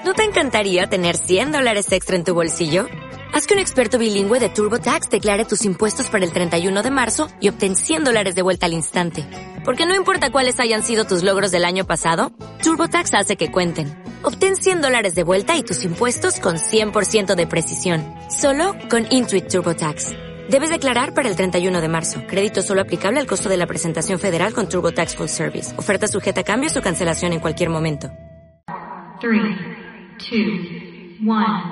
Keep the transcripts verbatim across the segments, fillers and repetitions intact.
¿No te encantaría tener cien dólares extra en tu bolsillo? Haz que un experto bilingüe de TurboTax declare tus impuestos para el treinta y uno de marzo y obtén cien dólares de vuelta al instante. Porque no importa cuáles hayan sido tus logros del año pasado, TurboTax hace que cuenten. Obtén cien dólares de vuelta y tus impuestos con cien por ciento de precisión. Solo con Intuit TurboTax. Debes declarar para el treinta y uno de marzo. Crédito solo aplicable al costo de la presentación federal con TurboTax Full Service. Oferta sujeta a cambios o cancelación en cualquier momento. three, two, one.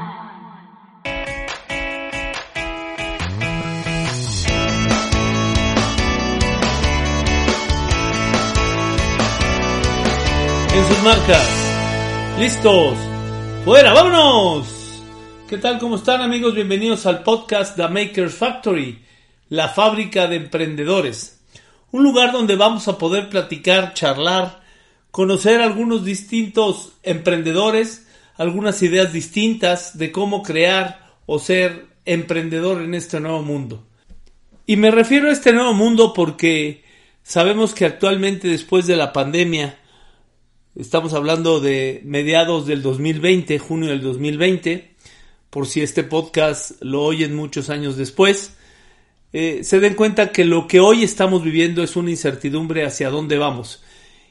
En sus marcas, listos, fuera, vámonos. ¿Qué tal? ¿Cómo están, amigos? Bienvenidos al podcast The Makers Factory, la fábrica de emprendedores. Un lugar donde vamos a poder platicar, charlar, conocer a algunos distintos emprendedores, algunas ideas distintas de cómo crear o ser emprendedor en este nuevo mundo. Y me refiero a este nuevo mundo porque sabemos que actualmente, después de la pandemia, estamos hablando de mediados del dos mil veinte, junio del dos mil veinte, por si este podcast lo oyen muchos años después, eh, se den cuenta que lo que hoy estamos viviendo es una incertidumbre hacia dónde vamos.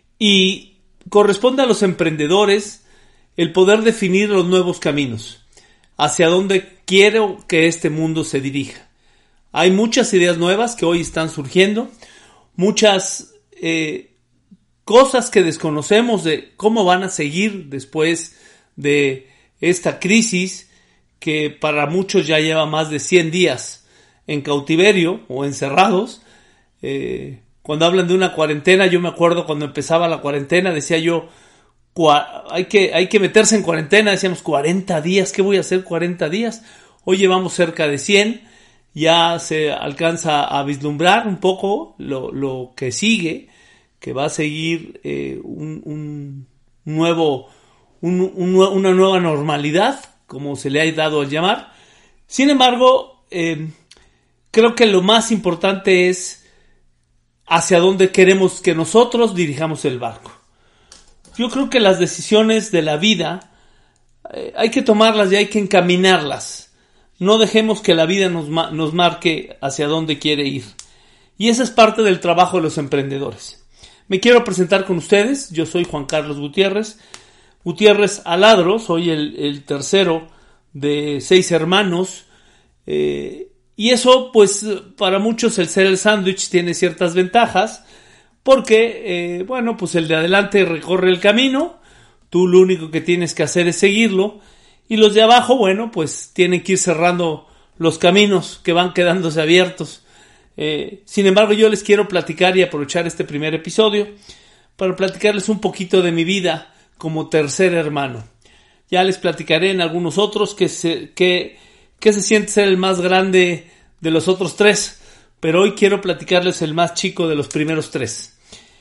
Y corresponde a los emprendedores el poder definir los nuevos caminos, hacia dónde quiero que este mundo se dirija. Hay muchas ideas nuevas que hoy están surgiendo, muchas eh, cosas que desconocemos de cómo van a seguir después de esta crisis que para muchos ya lleva más de cien días en cautiverio o encerrados. Eh, cuando hablan de una cuarentena, yo me acuerdo cuando empezaba la cuarentena, decía yo, cua- hay que, hay que meterse en cuarentena, decíamos cuarenta días, ¿qué voy a hacer cuarenta días? Hoy llevamos cerca de cien, ya se alcanza a vislumbrar un poco lo, lo que sigue, que va a seguir eh, un, un nuevo, un, un, una nueva normalidad, como se le ha dado a llamar. Sin embargo, eh, creo que lo más importante es hacia dónde queremos que nosotros dirijamos el barco. Yo creo que las decisiones de la vida eh, hay que tomarlas y hay que encaminarlas. No dejemos que la vida nos, nos marque hacia dónde quiere ir. Y esa es parte del trabajo de los emprendedores. Me quiero presentar con ustedes. Yo soy Juan Carlos Gutiérrez. Gutiérrez Aladro. Soy el, el tercero de seis hermanos. Eh, y eso, pues, para muchos el ser el sándwich tiene ciertas ventajas. Porque, eh, bueno, pues el de adelante recorre el camino. Tú lo único que tienes que hacer es seguirlo. Y los de abajo, bueno, pues tienen que ir cerrando los caminos que van quedándose abiertos. Eh, sin embargo, yo les quiero platicar y aprovechar este primer episodio para platicarles un poquito de mi vida como tercer hermano. Ya les platicaré en algunos otros que se, que, que se siente ser el más grande de los otros tres, pero hoy quiero platicarles el más chico de los primeros tres.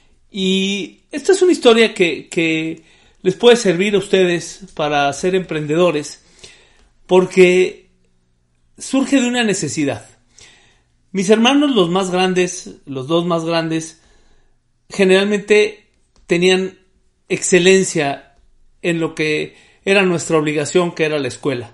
Y esta es una historia que, que les puede servir a ustedes para ser emprendedores, porque surge de una necesidad. Mis hermanos, los más grandes, los dos más grandes, generalmente tenían excelencia en lo que era nuestra obligación, que era la escuela.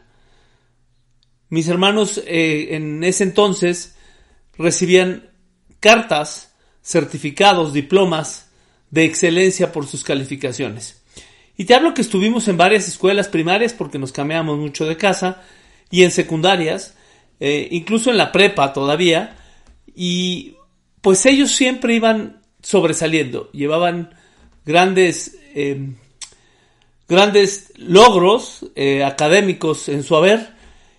Mis hermanos eh, en ese entonces recibían cartas, certificados, diplomas de excelencia por sus calificaciones. Y te hablo que estuvimos en varias escuelas primarias porque nos cambiamos mucho de casa, y en secundarias, Eh, incluso en la prepa todavía, y pues ellos siempre iban sobresaliendo, llevaban grandes eh, grandes logros eh, académicos en su haber,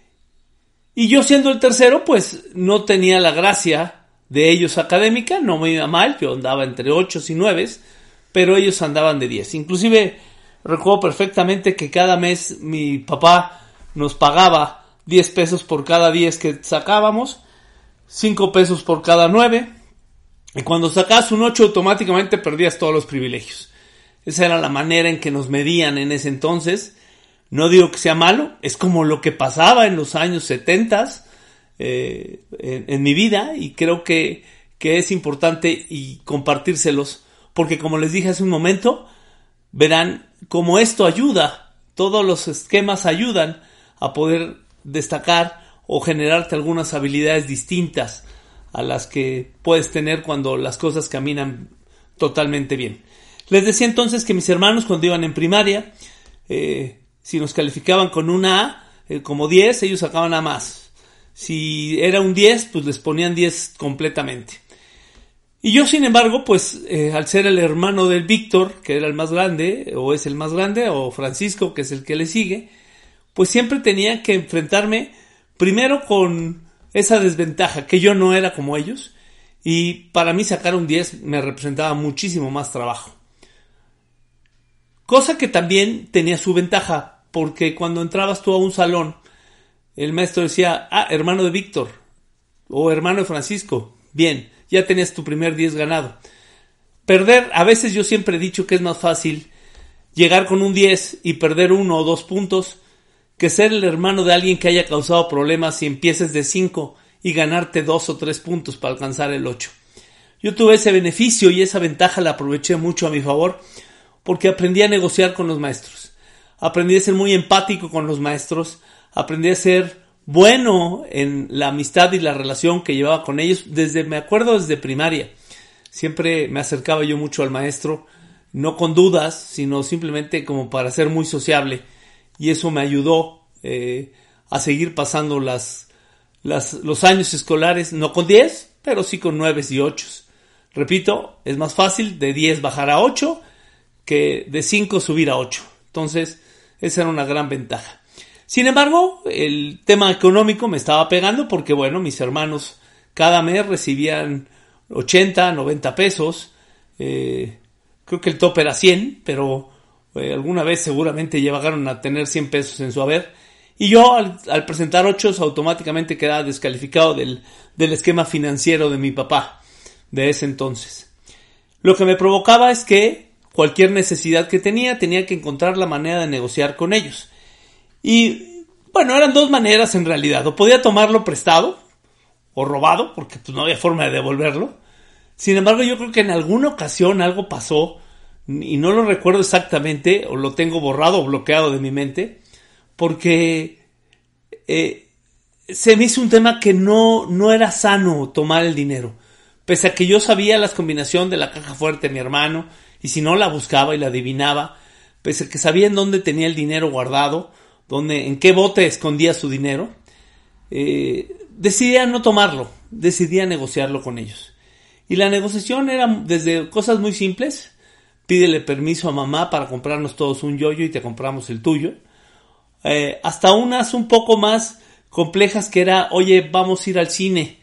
y yo siendo el tercero pues no tenía la gracia de ellos académica, no me iba mal, yo andaba entre ocho y nueve, pero ellos andaban de diez. Inclusive recuerdo perfectamente que cada mes mi papá nos pagaba diez pesos por cada diez que sacábamos, cinco pesos por cada nueve, y cuando sacabas un ocho automáticamente perdías todos los privilegios. Esa era la manera en que nos medían en ese entonces. No digo que sea malo, es como lo que pasaba en los años setenta eh, en, en mi vida, y creo que, que es importante y compartírselos, porque como les dije hace un momento, verán cómo esto ayuda todos los esquemas ayudan a poder destacar o generarte algunas habilidades distintas a las que puedes tener cuando las cosas caminan totalmente bien. Les decía entonces que mis hermanos, cuando iban en primaria, eh, si nos calificaban con una A, eh, como diez, ellos sacaban A más. Si era un diez, pues les ponían diez completamente. Y yo, sin embargo, pues eh, al ser el hermano del Víctor, que era el más grande, o es el más grande, o Francisco, que es el que le sigue, pues siempre tenía que enfrentarme primero con esa desventaja, que yo no era como ellos, y para mí sacar un diez me representaba muchísimo más trabajo. Cosa que también tenía su ventaja, porque cuando entrabas tú a un salón, el maestro decía, ah, hermano de Víctor, o hermano de Francisco, bien, ya tenías tu primer diez ganado. Perder, a veces yo siempre he dicho que es más fácil llegar con un diez y perder uno o dos puntos, que ser el hermano de alguien que haya causado problemas y empieces de cinco y ganarte dos o tres puntos para alcanzar el ocho. Yo tuve ese beneficio y esa ventaja la aproveché mucho a mi favor, porque aprendí a negociar con los maestros. Aprendí a ser muy empático con los maestros, aprendí a ser bueno en la amistad y la relación que llevaba con ellos. Desde, me acuerdo desde primaria, siempre me acercaba yo mucho al maestro, no con dudas, sino simplemente como para ser muy sociable, y eso me ayudó eh, a seguir pasando las, las, los años escolares, no con diez, pero sí con nueve y ocho. Repito, es más fácil de diez bajar a ocho que de cinco subir a ocho. Entonces, esa era una gran ventaja. Sin embargo, el tema económico me estaba pegando porque, bueno, mis hermanos cada mes recibían ochenta, noventa pesos. Eh, creo que el tope era cien, pero eh, alguna vez seguramente llegaron a tener cien pesos en su haber. Y yo, al, al presentar ochos, automáticamente quedaba descalificado del, del esquema financiero de mi papá de ese entonces. Lo que me provocaba es que cualquier necesidad que tenía, tenía que encontrar la manera de negociar con ellos. Y, bueno, eran dos maneras en realidad. O podía tomarlo prestado o robado, porque pues no había forma de devolverlo. Sin embargo, yo creo que en alguna ocasión algo pasó, y no lo recuerdo exactamente, o lo tengo borrado o bloqueado de mi mente, porque eh, se me hizo un tema que no, no era sano tomar el dinero. Pese a que yo sabía la combinación de la caja fuerte de mi hermano, y si no la buscaba y la adivinaba, pese a que sabía en dónde tenía el dinero guardado, dónde, en qué bote escondía su dinero, eh, decidía no tomarlo, decidía negociarlo con ellos. Y la negociación era desde cosas muy simples: pídele permiso a mamá para comprarnos todos un yoyo y te compramos el tuyo, eh, hasta unas un poco más complejas que era, oye, vamos a ir al cine.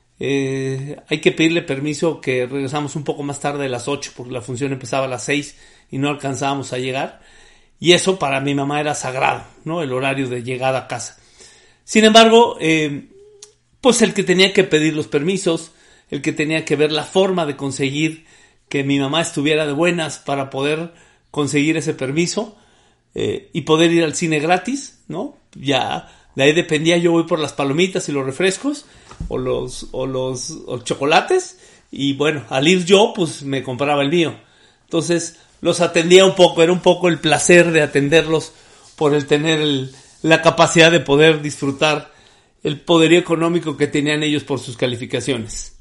Eh, hay que pedirle permiso que regresamos un poco más tarde a las ocho porque la función empezaba a las seis y no alcanzábamos a llegar, y eso para mi mamá era sagrado, ¿no? El horario de llegada a casa. Sin embargo, eh, pues el que tenía que pedir los permisos, el que tenía que ver la forma de conseguir que mi mamá estuviera de buenas para poder conseguir ese permiso eh, y poder ir al cine gratis, ¿no? Ya de ahí dependía, yo voy por las palomitas y los refrescos o los o los o chocolates, y bueno, al ir yo pues me compraba el mío. Entonces los atendía un poco, era un poco el placer de atenderlos por el tener el, la capacidad de poder disfrutar el poderío económico que tenían ellos por sus calificaciones.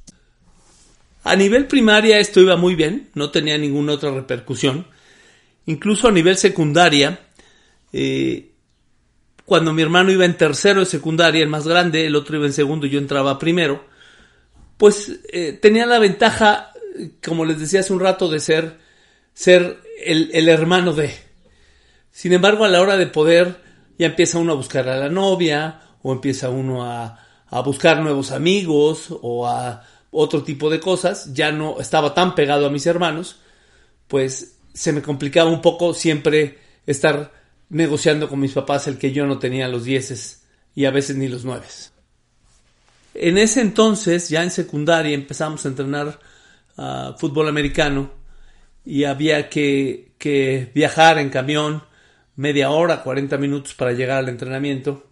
A nivel primaria esto iba muy bien, no tenía ninguna otra repercusión. Incluso a nivel secundaria, eh, cuando mi hermano iba en tercero de secundaria, el más grande, el otro iba en segundo y yo entraba primero, pues eh, tenía la ventaja, como les decía hace un rato, de ser, ser el, el hermano de. Sin embargo, a la hora de poder, ya empieza uno a buscar a la novia, o empieza uno a, a buscar nuevos amigos, o a otro tipo de cosas. Ya no estaba tan pegado a mis hermanos, pues se me complicaba un poco siempre estar negociando con mis papás el que yo no tenía los dieces y a veces ni los nueves. En ese entonces, ya en secundaria, empezamos a entrenar uh, fútbol americano, y había que, que viajar en camión media hora, cuarenta minutos para llegar al entrenamiento.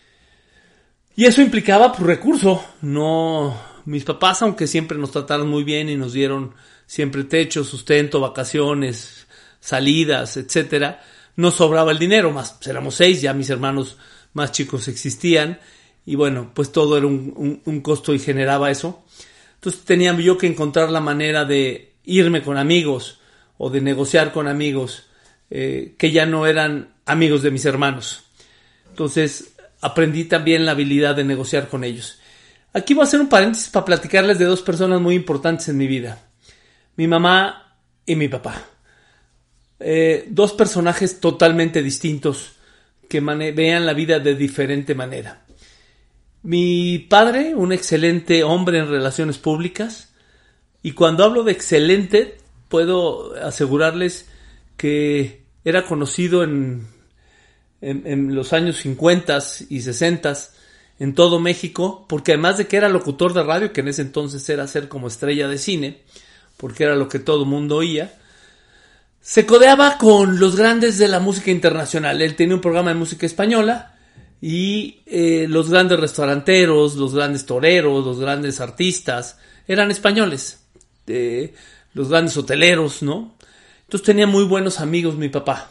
Y eso implicaba pues recurso. No, mis papás, aunque siempre nos trataron muy bien y nos dieron siempre techo, sustento, vacaciones, salidas, etcétera, no sobraba el dinero, más pues éramos seis, ya mis hermanos más chicos existían, y bueno, pues todo era un, un, un costo y generaba eso. Entonces tenía yo que encontrar la manera de irme con amigos o de negociar con amigos eh, que ya no eran amigos de mis hermanos. Entonces aprendí también la habilidad de negociar con ellos. Aquí voy a hacer un paréntesis para platicarles de dos personas muy importantes en mi vida. Mi mamá y mi papá. Eh, dos personajes totalmente distintos que mane- vean la vida de diferente manera. Mi padre, un excelente hombre en relaciones públicas, y cuando hablo de excelente, puedo asegurarles que era conocido en, en, en los años cincuenta y sesenta en todo México, porque además de que era locutor de radio, que en ese entonces era ser como estrella de cine, porque era lo que todo el mundo oía, se codeaba con los grandes de la música internacional. Él tenía un programa de música española y eh, los grandes restauranteros, los grandes toreros, los grandes artistas eran españoles, eh, los grandes hoteleros, ¿no? Entonces tenía muy buenos amigos mi papá.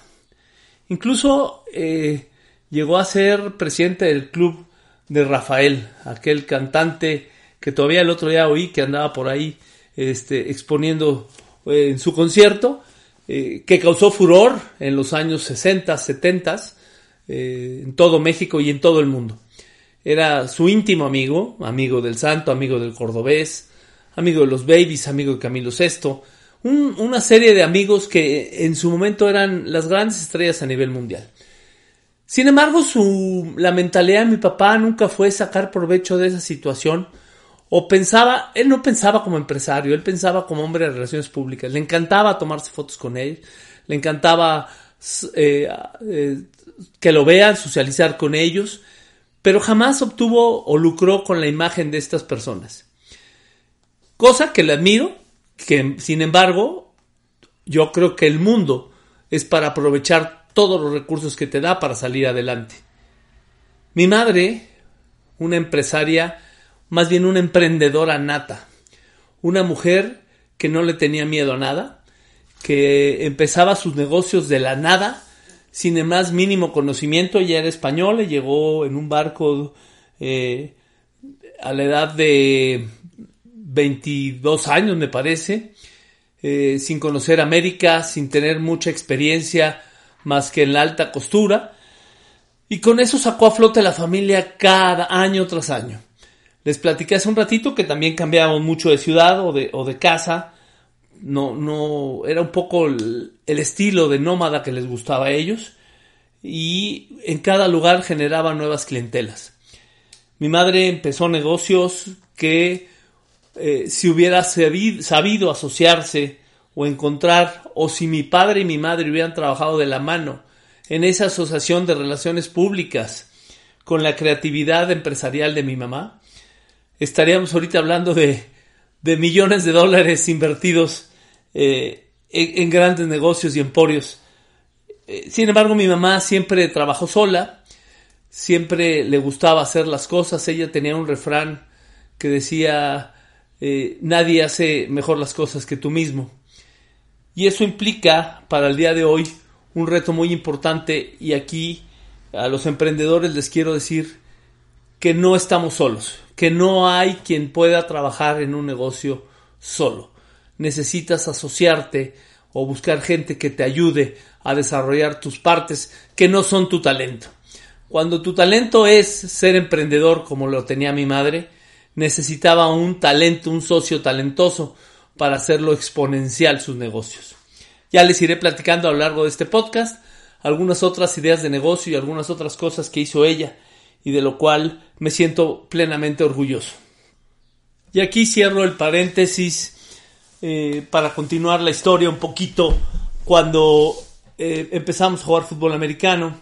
Incluso eh, llegó a ser presidente del club de Rafael, aquel cantante que todavía el otro día oí que andaba por ahí este, exponiendo eh, en su concierto, eh, que causó furor en los años sesenta, setenta, eh, en todo México y en todo el mundo. Era su íntimo amigo, amigo del Santo, amigo del Cordobés, amigo de los Babies, amigo de Camilo Sesto, un, una serie de amigos que en su momento eran las grandes estrellas a nivel mundial. Sin embargo, su, la mentalidad de mi papá nunca fue sacar provecho de esa situación, o pensaba, él no pensaba como empresario, él pensaba como hombre de relaciones públicas. Le encantaba tomarse fotos con él, le encantaba eh, eh, que lo vean, socializar con ellos, pero jamás obtuvo o lucró con la imagen de estas personas. Cosa que le admiro, que sin embargo, yo creo que el mundo es para aprovechar todos los recursos que te da para salir adelante. Mi madre, una empresaria, más bien una emprendedora nata, una mujer que no le tenía miedo a nada, que empezaba sus negocios de la nada, sin el más mínimo conocimiento. Ella era española, llegó en un barco eh, a la edad de veintidós años, me parece, eh, sin conocer América, sin tener mucha experiencia más que en la alta costura, y con eso sacó a flote la familia cada año tras año. Les platiqué hace un ratito que también cambiábamos mucho de ciudad o de, o de casa. No, no, era un poco el, el estilo de nómada que les gustaba a ellos, y en cada lugar generaba nuevas clientelas. Mi madre empezó negocios que eh, si hubiera sabido, sabido asociarse o encontrar, o si mi padre y mi madre hubieran trabajado de la mano en esa asociación de relaciones públicas con la creatividad empresarial de mi mamá, estaríamos ahorita hablando de, de millones de dólares invertidos eh, en, en grandes negocios y emporios. Eh, sin embargo, mi mamá siempre trabajó sola, siempre le gustaba hacer las cosas. Ella tenía un refrán que decía, eh, nadie hace mejor las cosas que tú mismo. Y eso implica para el día de hoy un reto muy importante, y aquí a los emprendedores les quiero decir que no estamos solos, que no hay quien pueda trabajar en un negocio solo. Necesitas asociarte o buscar gente que te ayude a desarrollar tus partes que no son tu talento. Cuando tu talento es ser emprendedor, como lo tenía mi madre, necesitaba un talento, un socio talentoso para hacerlo exponencial sus negocios. Ya les iré platicando a lo largo de este podcast algunas otras ideas de negocio y algunas otras cosas que hizo ella, y de lo cual me siento plenamente orgulloso. Y aquí cierro el paréntesis eh, para continuar la historia un poquito. Cuando eh, empezamos a jugar fútbol americano,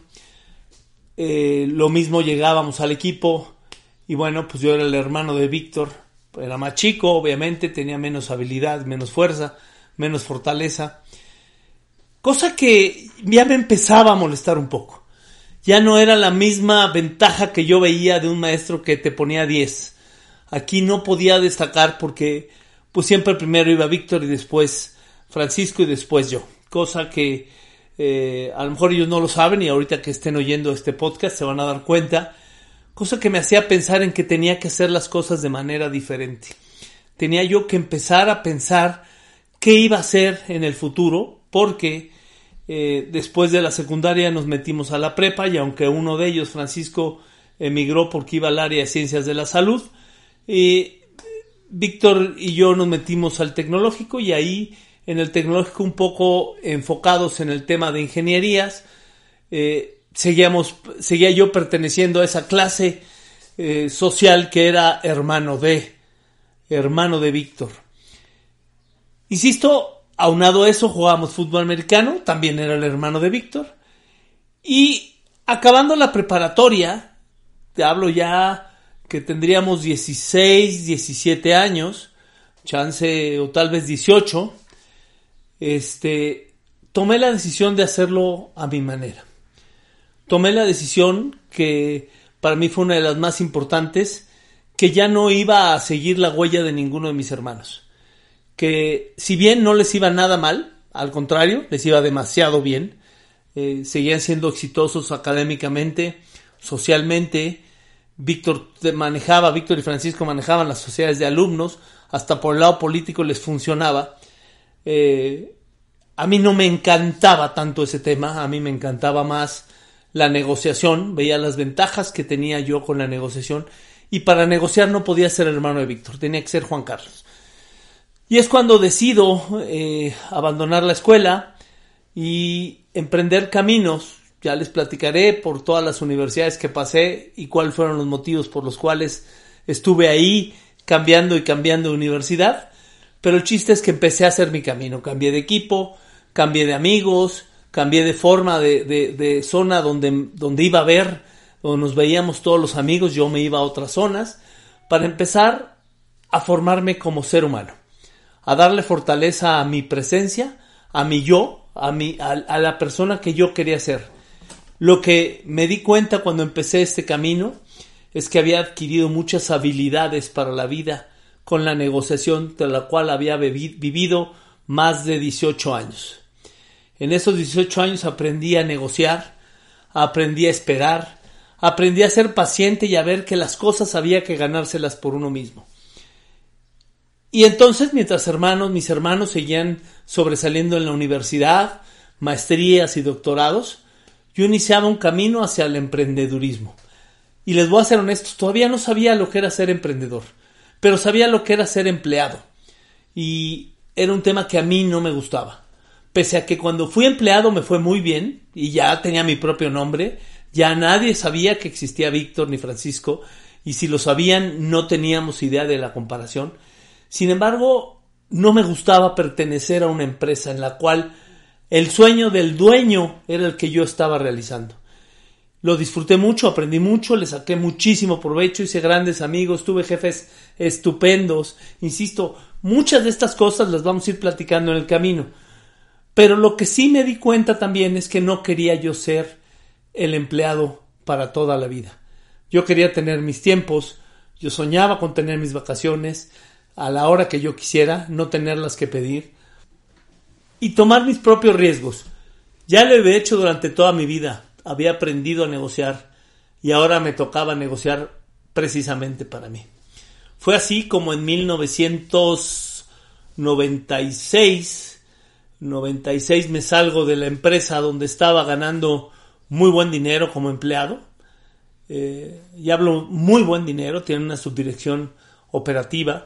eh, lo mismo llegábamos al equipo, y bueno, pues yo era el hermano de Víctor, era más chico, obviamente, tenía menos habilidad, menos fuerza, menos fortaleza, cosa que ya me empezaba a molestar un poco. Ya no era la misma ventaja que yo veía de un maestro que te ponía diez. Aquí no podía destacar porque pues siempre primero iba Víctor y después Francisco y después yo. Cosa que Eh, a lo mejor ellos no lo saben y ahorita que estén oyendo este podcast se van a dar cuenta, cosa que me hacía pensar en que tenía que hacer las cosas de manera diferente. Tenía yo que empezar a pensar qué iba a hacer en el futuro, porque eh, después de la secundaria nos metimos a la prepa y aunque uno de ellos, Francisco, emigró porque iba al área de ciencias de la salud, eh, Víctor y yo nos metimos al tecnológico y ahí en el tecnológico un poco enfocados en el tema de ingenierías, eh, seguíamos, seguía yo perteneciendo a esa clase eh, social que era hermano de, hermano de Víctor. Insisto, aunado a eso jugábamos fútbol americano, también era el hermano de Víctor, y acabando la preparatoria, te hablo ya que tendríamos dieciséis, diecisiete años, chance o tal vez dieciocho, Este, tomé la decisión de hacerlo a mi manera. Tomé la decisión que para mí fue una de las más importantes, que ya no iba a seguir la huella de ninguno de mis hermanos. Que si bien no les iba nada mal, al contrario, les iba demasiado bien. Eh, seguían siendo exitosos académicamente, socialmente. Víctor manejaba, Víctor y Francisco manejaban las sociedades de alumnos, hasta por el lado político les funcionaba. Eh, a mí no me encantaba tanto ese tema, a mí me encantaba más la negociación, veía las ventajas que tenía yo con la negociación y para negociar no podía ser hermano de Víctor, tenía que ser Juan Carlos. Y es cuando decido eh, abandonar la escuela y emprender caminos. Ya les platicaré por todas las universidades que pasé y cuáles fueron los motivos por los cuales estuve ahí cambiando y cambiando de universidad. Pero el chiste es que empecé a hacer mi camino. Cambié de equipo, cambié de amigos, cambié de forma, de, de, de zona donde, donde iba a ver, donde nos veíamos todos los amigos. Yo me iba a otras zonas para empezar a formarme como ser humano, a darle fortaleza a mi presencia, a mi yo, a, mi, a, a la persona que yo quería ser. Lo que me di cuenta cuando empecé este camino es que había adquirido muchas habilidades para la vida con la negociación, de la cual había bebi- vivido más de dieciocho años. En esos dieciocho años aprendí a negociar, aprendí a esperar, aprendí a ser paciente y a ver que las cosas había que ganárselas por uno mismo. Y entonces, mientras hermanos, mis hermanos seguían sobresaliendo en la universidad, maestrías y doctorados, yo iniciaba un camino hacia el emprendedurismo. Y les voy a ser honestos, todavía no sabía lo que era ser emprendedor, pero sabía lo que era ser empleado. Y era un tema que a mí no me gustaba. Pese a que cuando fui empleado me fue muy bien, y ya tenía mi propio nombre, ya nadie sabía que existía Víctor ni Francisco, y si lo sabían no teníamos idea de la comparación. Sin embargo, no me gustaba pertenecer a una empresa en la cual el sueño del dueño era el que yo estaba realizando. Lo disfruté mucho, aprendí mucho, le saqué muchísimo provecho, hice grandes amigos, tuve jefes estupendos. Insisto, muchas de estas cosas las vamos a ir platicando en el camino. Pero lo que sí me di cuenta también es que no quería yo ser el empleado para toda la vida. Yo quería tener mis tiempos, yo soñaba con tener mis vacaciones a la hora que yo quisiera, no tenerlas que pedir y tomar mis propios riesgos. Ya lo he hecho durante toda mi vida, había aprendido a negociar y ahora me tocaba negociar precisamente para mí. Fue así como en mil novecientos noventa y seis, noventa y seis me salgo de la empresa donde estaba ganando muy buen dinero como empleado. Eh, y hablo muy buen dinero, tiene una subdirección operativa.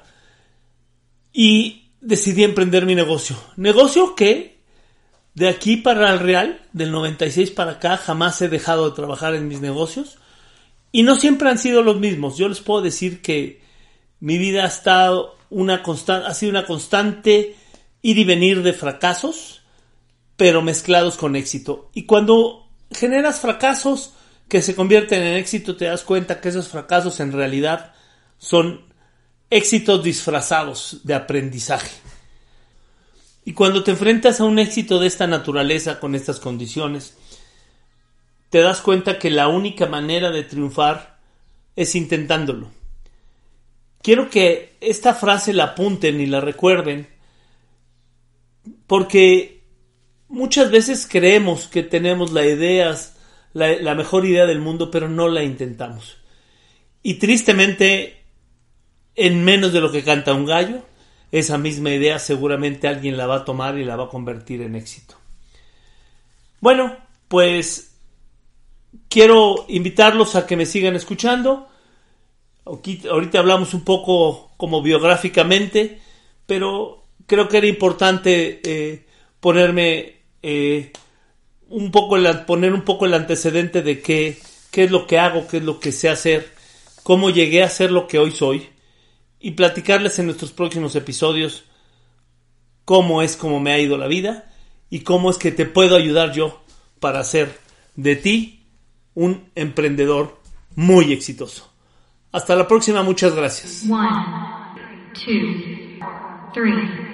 Y decidí emprender mi negocio. Negocio que de aquí para el Real, del noventa y seis para acá, jamás he dejado de trabajar en mis negocios. Y no siempre han sido los mismos. Yo les puedo decir que mi vida ha estado una constante, ha sido una constante ir y venir de fracasos, pero mezclados con éxito. Y cuando generas fracasos que se convierten en éxito, te das cuenta que esos fracasos en realidad son éxitos disfrazados de aprendizaje. Y cuando te enfrentas a un éxito de esta naturaleza, con estas condiciones, te das cuenta que la única manera de triunfar es intentándolo. Quiero que esta frase la apunten y la recuerden, porque muchas veces creemos que tenemos la ideas, la, la mejor idea del mundo, pero no la intentamos. Y tristemente, en menos de lo que canta un gallo, esa misma idea seguramente alguien la va a tomar y la va a convertir en éxito. Bueno, pues quiero invitarlos a que me sigan escuchando. Ahorita hablamos un poco como biográficamente, pero creo que era importante eh, ponerme eh, un poco el, poner un poco el antecedente de qué, qué es lo que hago, qué es lo que sé hacer, cómo llegué a ser lo que hoy soy, y platicarles en nuestros próximos episodios cómo es como me ha ido la vida y cómo es que te puedo ayudar yo para hacer de ti un emprendedor muy exitoso. Hasta la próxima, muchas gracias. One, two, three.